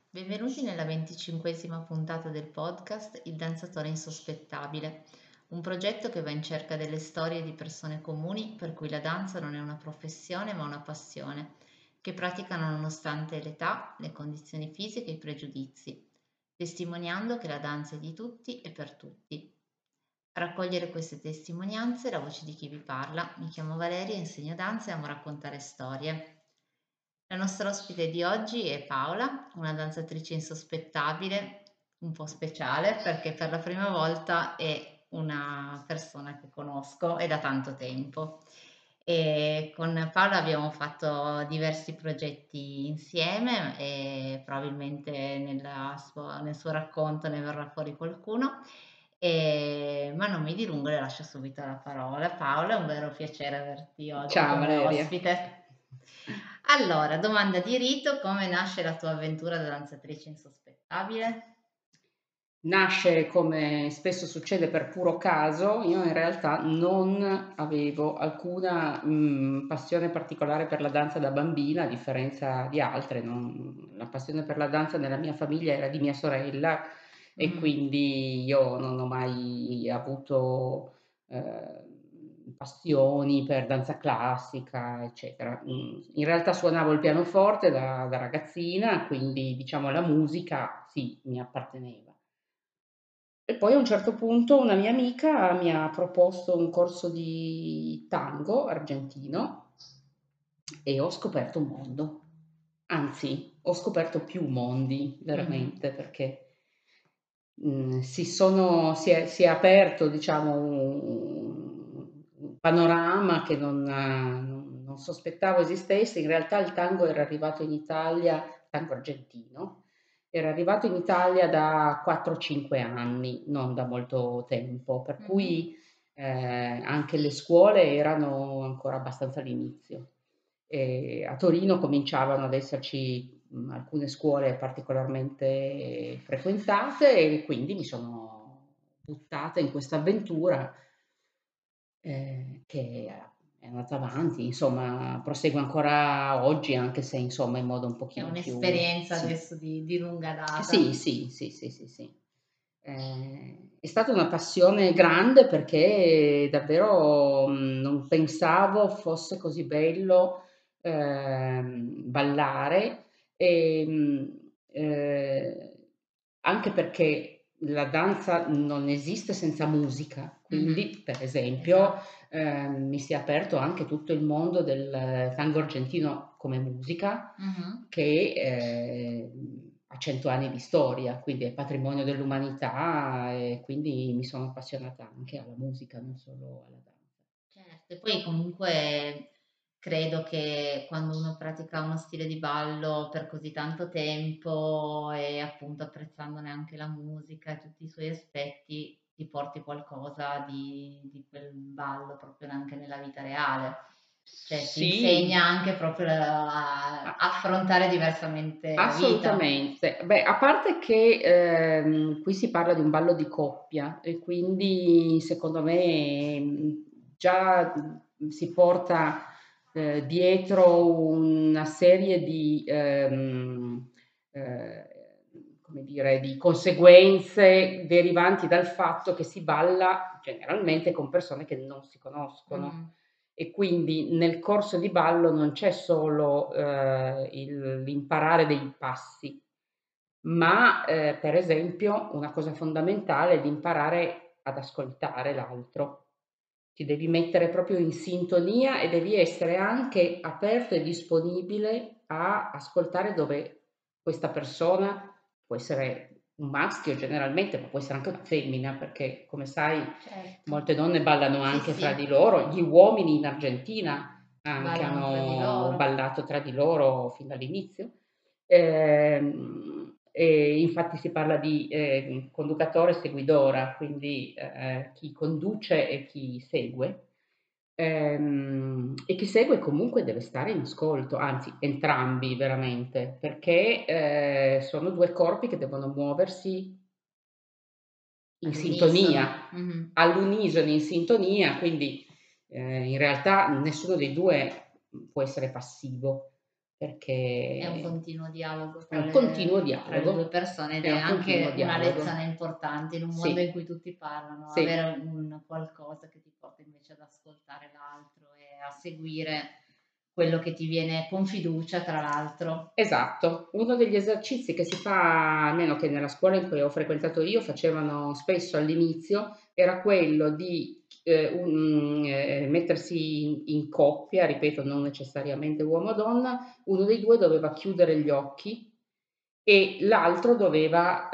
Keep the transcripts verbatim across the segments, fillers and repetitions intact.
Benvenuti nella venticinquesima puntata del podcast Il danzatore insospettabile, un progetto che va in cerca delle storie di persone comuni per cui la danza non è una professione ma una passione, che praticano nonostante l'età, le condizioni fisiche e i pregiudizi, testimoniando che la danza è di tutti e per tutti. A raccogliere queste testimonianze la voce di chi vi parla. Mi chiamo Valeria, insegno danza e amo raccontare storie. La nostra ospite di oggi è Paola, una danzatrice insospettabile, un po' speciale perché per la prima volta è una persona che conosco e da tanto tempo. E con Paola abbiamo fatto diversi progetti insieme e probabilmente nella sua- nel suo racconto ne verrà fuori qualcuno. E- ma non mi dilungo, le lascio subito la parola. Paola, è un vero piacere averti oggi Ciao come Valeria. ospite. Allora, domanda di rito, come nasce la tua avventura da danzatrice insospettabile? Nasce, come spesso succede, per puro caso. Io in realtà non avevo alcuna mh, passione particolare per la danza da bambina, a differenza di altre. Non- la passione per la danza nella mia famiglia era di mia sorella e Mm. quindi io non ho mai avuto eh, passioni per danza classica, eccetera. Mm, In realtà suonavo il pianoforte da, da ragazzina, quindi diciamo la musica sì, mi apparteneva. E poi a un certo punto una mia amica mi ha proposto un corso di tango argentino e ho scoperto un mondo. Anzi, ho scoperto più mondi, Mhm. veramente, perché mm, si, sono, si, è, si è aperto, diciamo, un, un panorama che non, non, non sospettavo esistesse. In realtà il tango era arrivato in Italia, tango argentino, era arrivato in Italia da quattro cinque anni, non da molto tempo, per Mhm. cui eh, anche le scuole erano ancora abbastanza all'inizio. E a Torino cominciavano ad esserci mh, alcune scuole particolarmente frequentate e quindi mi sono buttata in questa avventura eh, che è andata avanti, insomma, prosegue ancora oggi, anche se insomma in modo un È pochino più... un'esperienza Sì, adesso di, di lunga sì, data. sì, sì, sì, sì, sì. Eh, è stata una passione grande perché davvero mh, non pensavo fosse così bello ehm, ballare e mh, eh, anche perché la danza non esiste senza musica, Mhm. quindi per esempio Esatto. ehm, mi si è aperto anche tutto il mondo del tango argentino come musica Mhm. che eh, ha cento anni di storia, quindi è patrimonio dell'umanità e quindi mi sono appassionata anche alla musica, non solo alla danza. Certo, e poi comunque credo che quando uno pratica uno stile di ballo per così tanto tempo e appunto apprezzandone anche la musica e tutti i suoi aspetti, ti porti qualcosa di, di quel ballo proprio anche nella vita reale. Cioè ti insegna Sì, anche proprio a a- affrontare diversamente la vita. assolutamente. Beh, a parte che ehm, qui si parla di un ballo di coppia e quindi secondo me mh, già mh, si porta eh, dietro una serie di, ehm, eh, come dire, di conseguenze derivanti dal fatto che si balla generalmente con persone che non si conoscono. Mhm. E quindi nel corso di ballo non c'è solo eh, il- l'imparare dei passi, ma eh, per esempio una cosa fondamentale è l'imparare ad ascoltare l'altro. Ti devi mettere proprio in sintonia e devi essere anche aperto e disponibile a ascoltare dove questa persona può essere un maschio generalmente, ma può essere anche una femmina, perché come sai Certo. molte donne ballano Sì, anche fra di sì, loro, gli uomini in Argentina anche ballano tra di hanno loro. ballato tra di loro fin dall'inizio. Ehm, e infatti si parla di eh, conducatore e seguidora, quindi eh, chi conduce e chi segue. Ehm, e chi segue comunque deve stare in ascolto, anzi entrambi veramente, perché eh, sono due corpi che devono muoversi in All'unisono. sintonia, Mhm. all'unisono, in sintonia, quindi eh, in realtà nessuno dei due può essere passivo. È un perché continuo dialogo è tra un continuo le tra le due dialogo, persone ed è è un continuo anche una dialogo. lezione importante in un mondo in Sì, cui tutti parlano, sì. avere un qualcosa che ti porta invece ad ascoltare l'altro e a seguire quello che ti viene con fiducia, tra l'altro. Esatto. Uno degli esercizi che si fa, almeno che nella scuola in cui ho frequentato io facevano spesso all'inizio, era quello di, ehm, un ehm, mettersi in in coppia, ripeto, non necessariamente uomo o donna, uno dei due doveva chiudere gli occhi e l'altro doveva,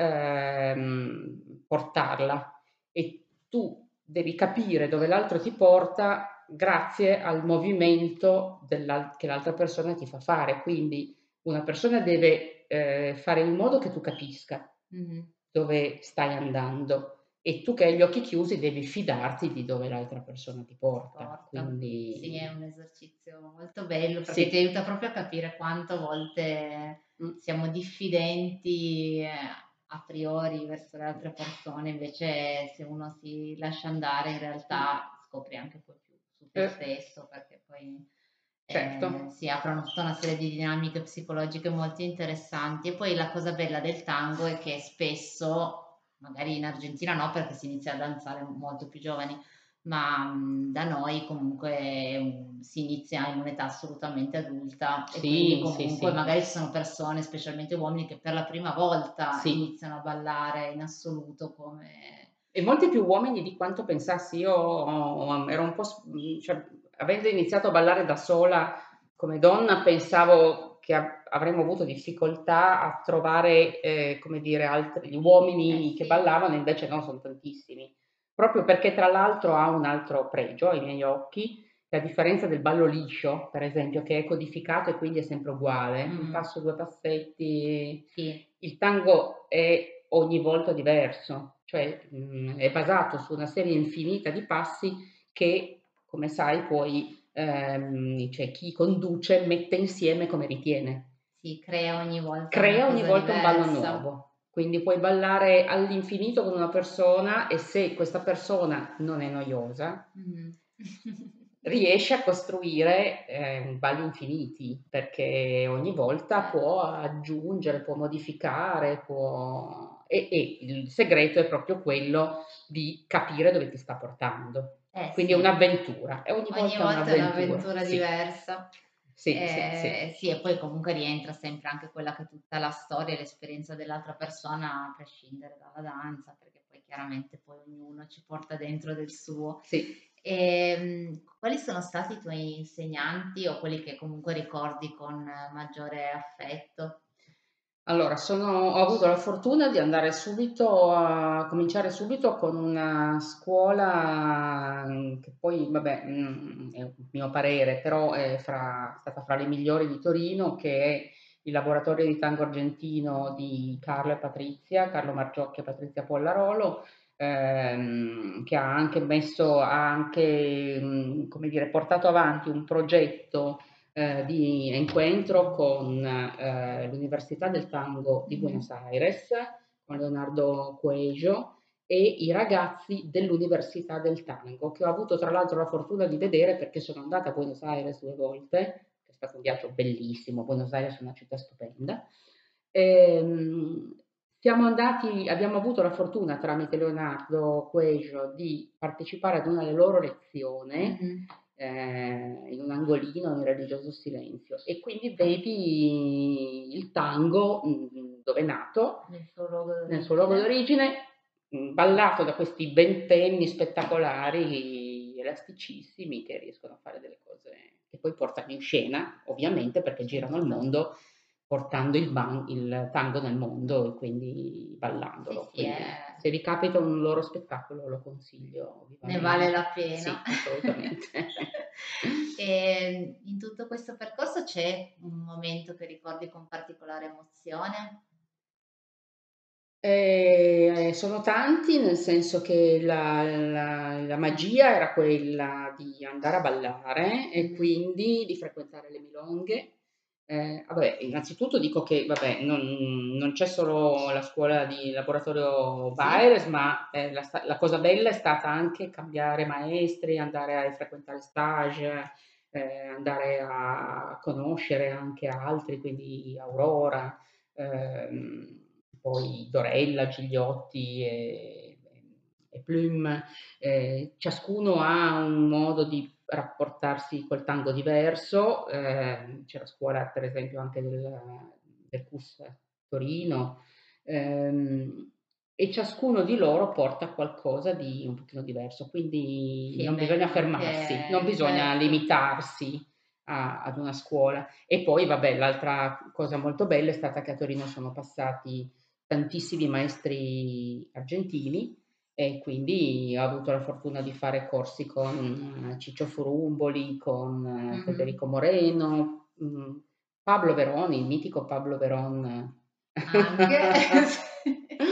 ehm, portarla e tu devi capire dove l'altro ti porta grazie al movimento dell'al che l'altra persona ti fa fare. Quindi una persona deve, ehm, fare in modo che tu capisca Mh-mh. dove stai andando e tu che hai gli occhi chiusi devi fidarti di dove l'altra persona ti Ti porta. porta. Sì, è Quindi un esercizio molto bello perché ti sì, aiuta proprio a capire quanto a volte mh, siamo diffidenti, ehm, a priori verso le altre persone, invece se uno si lascia andare in mh, realtà scopri anche poi più su te eh, stesso, perché poi, ehm, certo. si aprono tutta una serie di dinamiche psicologiche molto interessanti. E poi la cosa bella del tango è che spesso, magari in Argentina no, perché si inizia a danzare molto più giovani, ma, mhmm, da noi comunque, mhmm, si inizia in un'età assolutamente adulta e quindi Sì, sì, comunque sì. magari ci sono persone, specialmente uomini, che per la prima volta Sì. iniziano a ballare in assoluto come E molti più uomini di quanto pensassi. Io ho ero un po' s mhmm, cioè, avendo iniziato a ballare da sola come donna, pensavo che a avremmo avuto difficoltà a trovare, ehm, come dire, altri eh uomini che sì, ballavano, invece no, son tantissimi. Proprio perché tra l'altro ha un altro pregio ai miei occhi, che a differenza del ballo liscio, per esempio, che è codificato e quindi è sempre uguale, un mh, passo, due passetti, sì, il tango è ogni volta diverso, cioè, mhmm, è basato su una serie infinita di passi che, come sai, poi, ehm, cioè chi conduce mette insieme come ritiene. sì, crea ogni volta una Crea ogni cosa volta un ballo diversa. nuovo, quindi puoi ballare all'infinito con una persona e se questa persona non è noiosa, Mh-mh. riesce a costruire, ehm, balli infiniti, perché ogni volta Certo. può aggiungere, può modificare, può e e il segreto è proprio quello di capire dove ti sta portando. Eh Quindi è sì. un'avventura, e ogni Ogni volta è volta è un'avventura. un'avventura Sì, diversa. sì, sì, sì. Ehm, sì, e poi comunque rientra sempre anche quella che è tutta la storia e l'esperienza dell'altra persona, a prescindere dalla danza, perché poi chiaramente poi ognuno ci porta dentro del suo. Sì. Ehm, quali sono stati i tuoi insegnanti o quelli che comunque ricordi con maggiore affetto? Allora, sono ho avuto la fortuna di andare subito a cominciare subito con una scuola, mhmm, che poi vabbè, mhmm, è un mio parere, però è fra stata fra le migliori di Torino, che è il laboratorio di tango argentino di Carlo e Patrizia, Carlo Margiocchi e Patrizia Pollarolo, ehm, che ha anche messo ha anche, mhmm, come dire, portato avanti un progetto eh, di incontro con eh, l'Università del Tango di Mh-mh. Buenos Aires, con Leonardo Coelho, e i ragazzi dell'Università del Tango, che ho avuto tra l'altro la fortuna di vedere perché sono andata a Buenos Aires due volte, è stato un viaggio bellissimo, Buenos Aires è una città stupenda. Ehm, siamo andati, abbiamo avuto la fortuna tramite Leonardo Coelho di partecipare ad una delle loro lezioni Mh-mh. ehm, in un angolino in religioso silenzio e quindi vedi il tango, mhmm, dove è nato, Nel suo luogo nel suo luogo d'origine. d'origine, mhmm, ballato da questi ventenni spettacolari, elasticissimi, che riescono a fare delle cose che poi portano in scena, ovviamente, perché girano il Certo. mondo portando il ban il tango nel mondo e quindi Sì, ballandolo. sì, Quindi è se vi capita un loro spettacolo lo consiglio ne vale vivamente. la pena. Sì, assolutamente. Ehm, in tutto questo percorso c'è un momento che ricordi con particolare emozione? Ehm, sono tanti, nel senso che la la la magia era quella di andare a ballare e Mh-mh. quindi di frequentare le milonghe. Ehm, vabbè, innanzitutto dico che, vabbè, non non c'è solo la scuola di laboratorio Sì? Baires, ma, ehm, la sta la cosa bella è stata anche cambiare maestri, andare a frequentare stage, ehm, andare a conoscere anche altri, quindi Aurora, ehm, poi Dorella, Gigliotti e e Plume, ehm, ciascuno ha un modo di rapportarsi col tango diverso. Ehm, c'è la scuola per esempio anche del del C U S Torino, ehm, e ciascuno di loro porta qualcosa di un pochino diverso, quindi Sì, non beh, bisogna fermarsi, non anche bisogna certo. limitarsi a ad una scuola. E poi vabbè, l'altra cosa molto bella è stata che a Torino sono passati tantissimi maestri argentini e quindi ho avuto la fortuna di fare corsi con Ciccio Furumboli, con Mh-mh. Federico Moreno, mhmm, Pablo Verón, il mitico Pablo Verón, Anche, sì.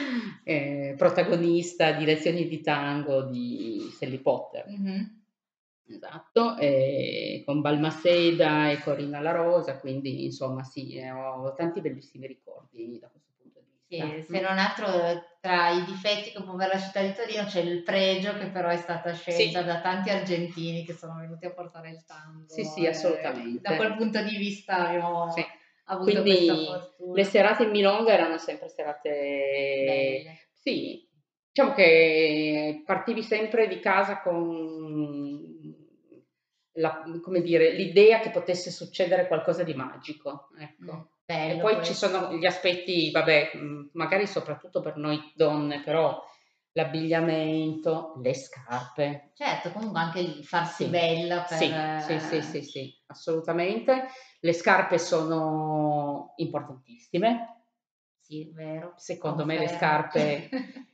ehm, protagonista di Lezioni di tango di Sally Potter. Mh-mh. Esatto, ehm, con Balmaceda e Corinna La Rosa, quindi insomma sì, ehm, ho tanti bellissimi ricordi da questo punto di Sì, vista. se Mh. non altro tra i difetti che può avere la città di Torino c'è il pregio che però è stata scelta Sì, da tanti argentini che sono venuti a portare il sì, tango sì, e da quel assolutamente. punto di vista Sì. abbiamo avuto questa Quindi le fortuna. serate in milonga erano sempre serate Belle. sì, diciamo che partivi sempre di casa con la come dire, l'idea che potesse succedere qualcosa di magico, Mh, ecco. E bello poi ci sono questo. gli aspetti, vabbè, mhmm, magari soprattutto per noi donne, però l'abbigliamento, le scarpe. Certo, comunque anche il farsi Sì, bella per sì, sì, sì, sì, sì, assolutamente. Le scarpe sono importantissime. sì, vero, Secondo me le confermo. scarpe,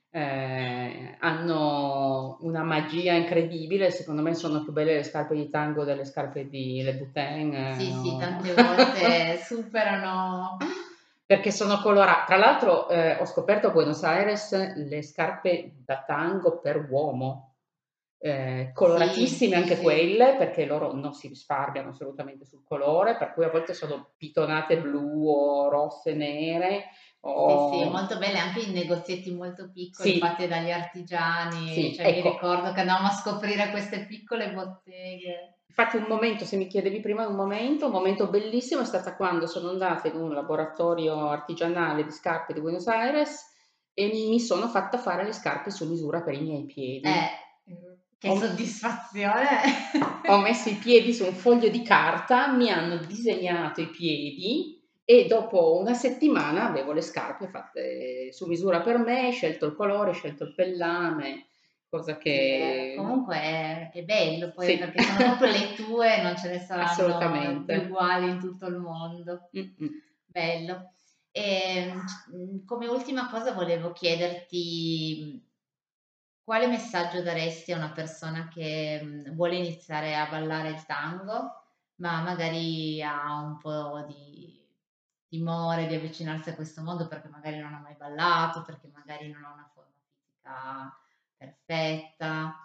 ehm, hanno una magia incredibile. Secondo me sono più belle le scarpe di tango delle scarpe di Louboutin, Sì, ehm, sì, o tante volte superano. perché sono colora tra l'altro, ehm, ho scoperto a Buenos Aires le scarpe da tango per uomo, ehm, Sì, coloratissime sì, anche sì. quelle, perché loro non si risparmiano assolutamente sul colore, per cui a volte sono pitonate blu o rosse nere Sì, sì, o molto belle anche in negozietti molto piccoli sì, fatti dagli artigiani, sì, cioè mi ecco. ricordo che andavamo a scoprire queste piccole botteghe. Infatti un momento, se mi chiedevi prima un momento, un momento bellissimo è stata quando sono andata in un laboratorio artigianale di scarpe di Buenos Aires e mi sono fatta fare le scarpe su misura per i miei Eh, piedi. mhmm, che Ho soddisfazione. Ho messo i piedi su un foglio di carta, mi hanno disegnato i piedi e dopo una settimana avevo le scarpe fatte su misura per me, scelto il colore, scelto il pellame, cosa Sì, vero. che Comunque è è bello poi sì, perché sono proprio le tue, non ce ne saranno di assolutamente. uguali in tutto il mondo. Mh-mh. Bello. Ehm, c mhmm, come ultima cosa volevo chiederti, mhmm, quale messaggio daresti a una persona che, mhmm, vuole iniziare a ballare il tango, ma magari ha un po' di timore di avvicinarsi a questo mondo perché magari non ha mai ballato, perché magari non ha una forma fisica perfetta.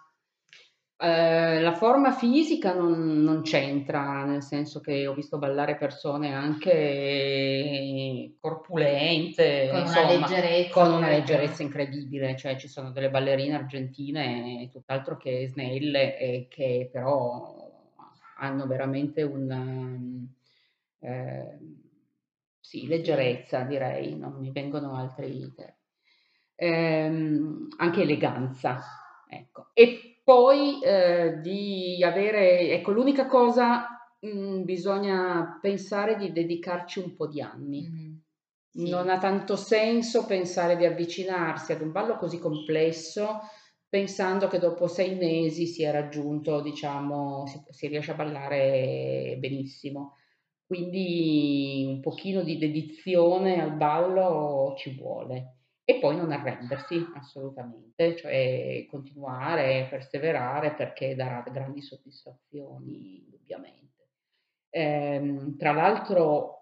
Ehm, la forma fisica non non c'entra, nel senso che ho visto ballare persone anche corpulente, Con una insomma, leggerezza con una poi che leggerezza incredibile. Cioè, ci sono delle ballerine argentine tutt'altro che snelle e che però hanno veramente un mhmm, ehm, sì, sì. leggerezza direi, non mi vengono altri ter ehm, anche eleganza, ecco. E poi, ehm, di avere ecco, l'unica cosa, mhmm, bisogna pensare di dedicarci un po' di anni. Mh-mh. Non Sì. ha tanto senso pensare di avvicinarsi ad un ballo così complesso, pensando che dopo sei mesi si è raggiunto, diciamo, si si riesce a ballare benissimo. Quindi un pochino di dedizione al ballo ci vuole. E poi non arrendersi assolutamente, cioè continuare, perseverare perché darà grandi soddisfazioni indubbiamente. Ehm, tra l'altro,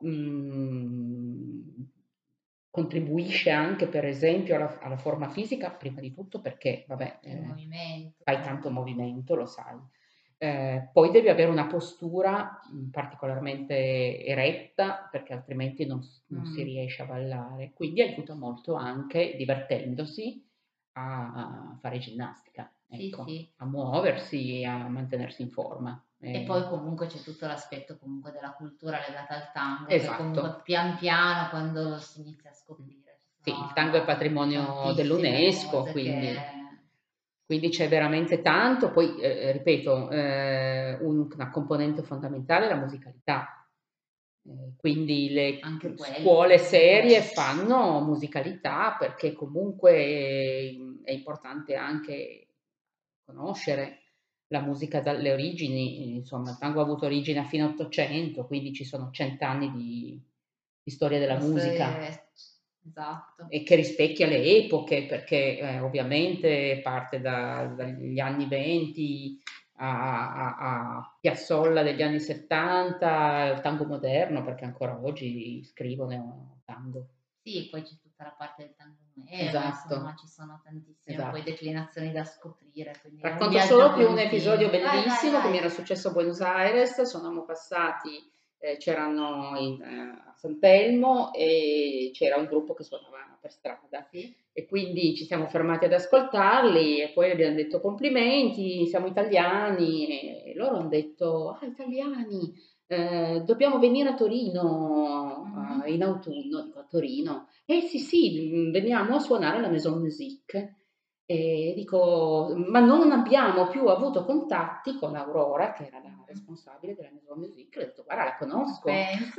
mhmm, contribuisce anche per esempio alla alla forma fisica, prima di tutto perché vabbè, Il ehm, movimento, fai tanto certo. movimento, lo sai. Ehm, poi devi avere una postura, mhmm, particolarmente eretta, perché altrimenti non s non si Mh. riesce a ballare. Quindi aiuta molto anche, divertendosi, a a fare ginnastica, Sì, ecco, sì. a muoversi e a mantenersi in forma. E Eh, poi comunque c'è tutto l'aspetto comunque della cultura legata al tango, che comunque esatto. pian piano quando lo si inizia a scoprire ci Sì, il tango è sono patrimonio tantissime dell'UNESCO, cose che... quindi quindi c'è veramente tanto. Poi, ehm, ripeto, ehm, un una componente fondamentale è la musicalità. Ehm, quindi le, Anche mhmm, quello scuole serie comunque, fanno musicalità perché comunque, ehm, è importante anche conoscere la musica dalle origini. Insomma, il tango ha avuto origine a fine ottocento, quindi ci sono cent anni di di storia della di musica storie, esatto. e che rispecchia le epoche, perché, ehm, ovviamente parte da dagli anni venti a a a Piazzolla degli anni 'settanta, il tango moderno, perché ancora oggi scrivono tango. Sì, poi c'è tutta la parte del tango nuevo, Esatto, insomma ci sono tantissime poi esatto. declinazioni da scoprire, quindi è un Racconto viaggio solo più un episodio continuo. Vai, vai, bellissimo che mi vai. era successo a Buenos Aires. Sono passati, ehm, c'erano in ehm, a San Telmo e c'era un gruppo che suonava per strada Sì? e quindi ci siamo fermati ad ascoltarli e poi abbiam detto: "Complimenti, siamo italiani", e loro han detto: "Ah, italiani, ehm, dobbiamo venire a Torino, Mhm. uhm, in autunno." Dico: "A Torino?" "Eh sì, sì, mhmm, veniamo a suonare alla Maison Musique." E dico: "Ma non abbiamo più avuto contatti con Aurora", che era la Mhm. responsabile della Maison Musique. Le ho detto: "Guarda, la conosco." Pensa.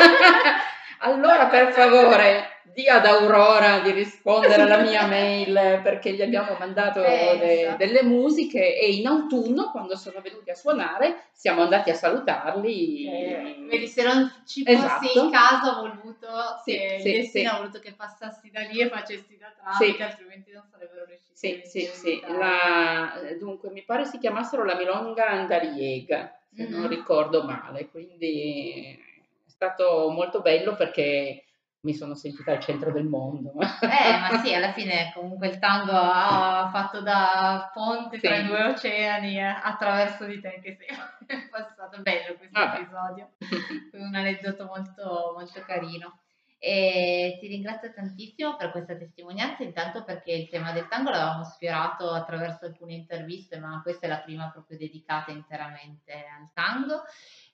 "Allora per favore dì ad Aurora di rispondere alla mia mail perché gli abbiamo mandato de Pensa. delle musiche e in autunno, quando sono venuti a suonare, siamo andati a Che, salutarli." vedi, se non ci fosse il Esatto. caso, ha voluto Sì, che il sì, destino ha sì. voluto che passassi da lì e facessi da tramite, Sì. altrimenti non sarebbero riusciti a Sì, sì, venire in sì. Italia. La ehm, dunque mi pare si chiamassero la Milonga Andariega, se non Mhm. ricordo male, quindi è stato molto bello perché mi sono sentita al centro del mondo. Eh, ma sì, alla fine comunque il tango ha fatto da ponte tra i Sì, due oceani eh, attraverso di te che sei passato. Bello questo vabbè. episodio, un aneddoto molto, molto carino. E ti ringrazio tantissimo per questa testimonianza, intanto perché il tema del tango l'avevamo sfiorato attraverso alcune interviste, ma questa è la prima proprio dedicata interamente al tango.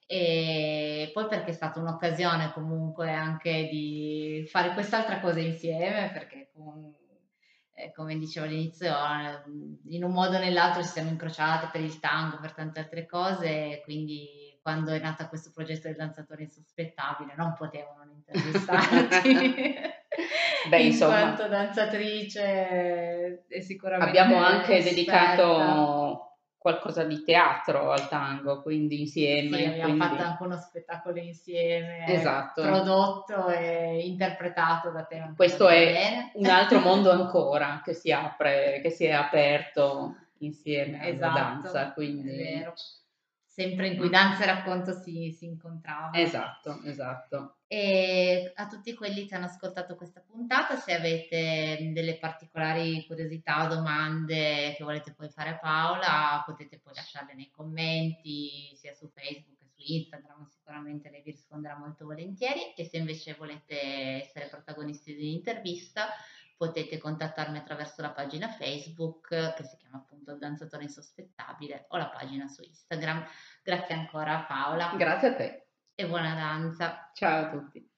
E poi perché è stata un'occasione comunque anche di fare quest'altra cosa insieme, perché com- eh, come dicevo all'inizio, eh, in un modo o nell'altro ci siamo incrociate per il tango, per tante altre cose, e quindi quando è nato questo progetto del danzatore insospettabile non potevo non intervistarti Beh, in insomma, quanto danzatrice e abbiamo sicuramente anche esperta. dedicato qualcosa di teatro al tango, quindi Sì, insieme, abbiamo fatto quindi anche uno spettacolo insieme, esatto. prodotto e interpretato da te anche Questo molto è bene. un altro mondo ancora che si apre, che si è aperto insieme alla danza, Esatto, è quindi vero. Sempre in cui mh, danza e racconto si, si incontravano. esatto, esatto. E a tutti quelli che hanno ascoltato questa puntata, se avete delle particolari curiosità o domande che volete poi fare a Paola, potete poi lasciarle nei commenti, sia su Facebook che su Instagram, sicuramente lei vi risponderà molto volentieri. E se invece volete essere protagonisti di un'intervista, potete contattarmi attraverso la pagina Facebook che si chiama appunto Il Danzatore Insospettabile o la pagina su Instagram. Grazie ancora Paola Grazie a te. e buona danza. Ciao a tutti.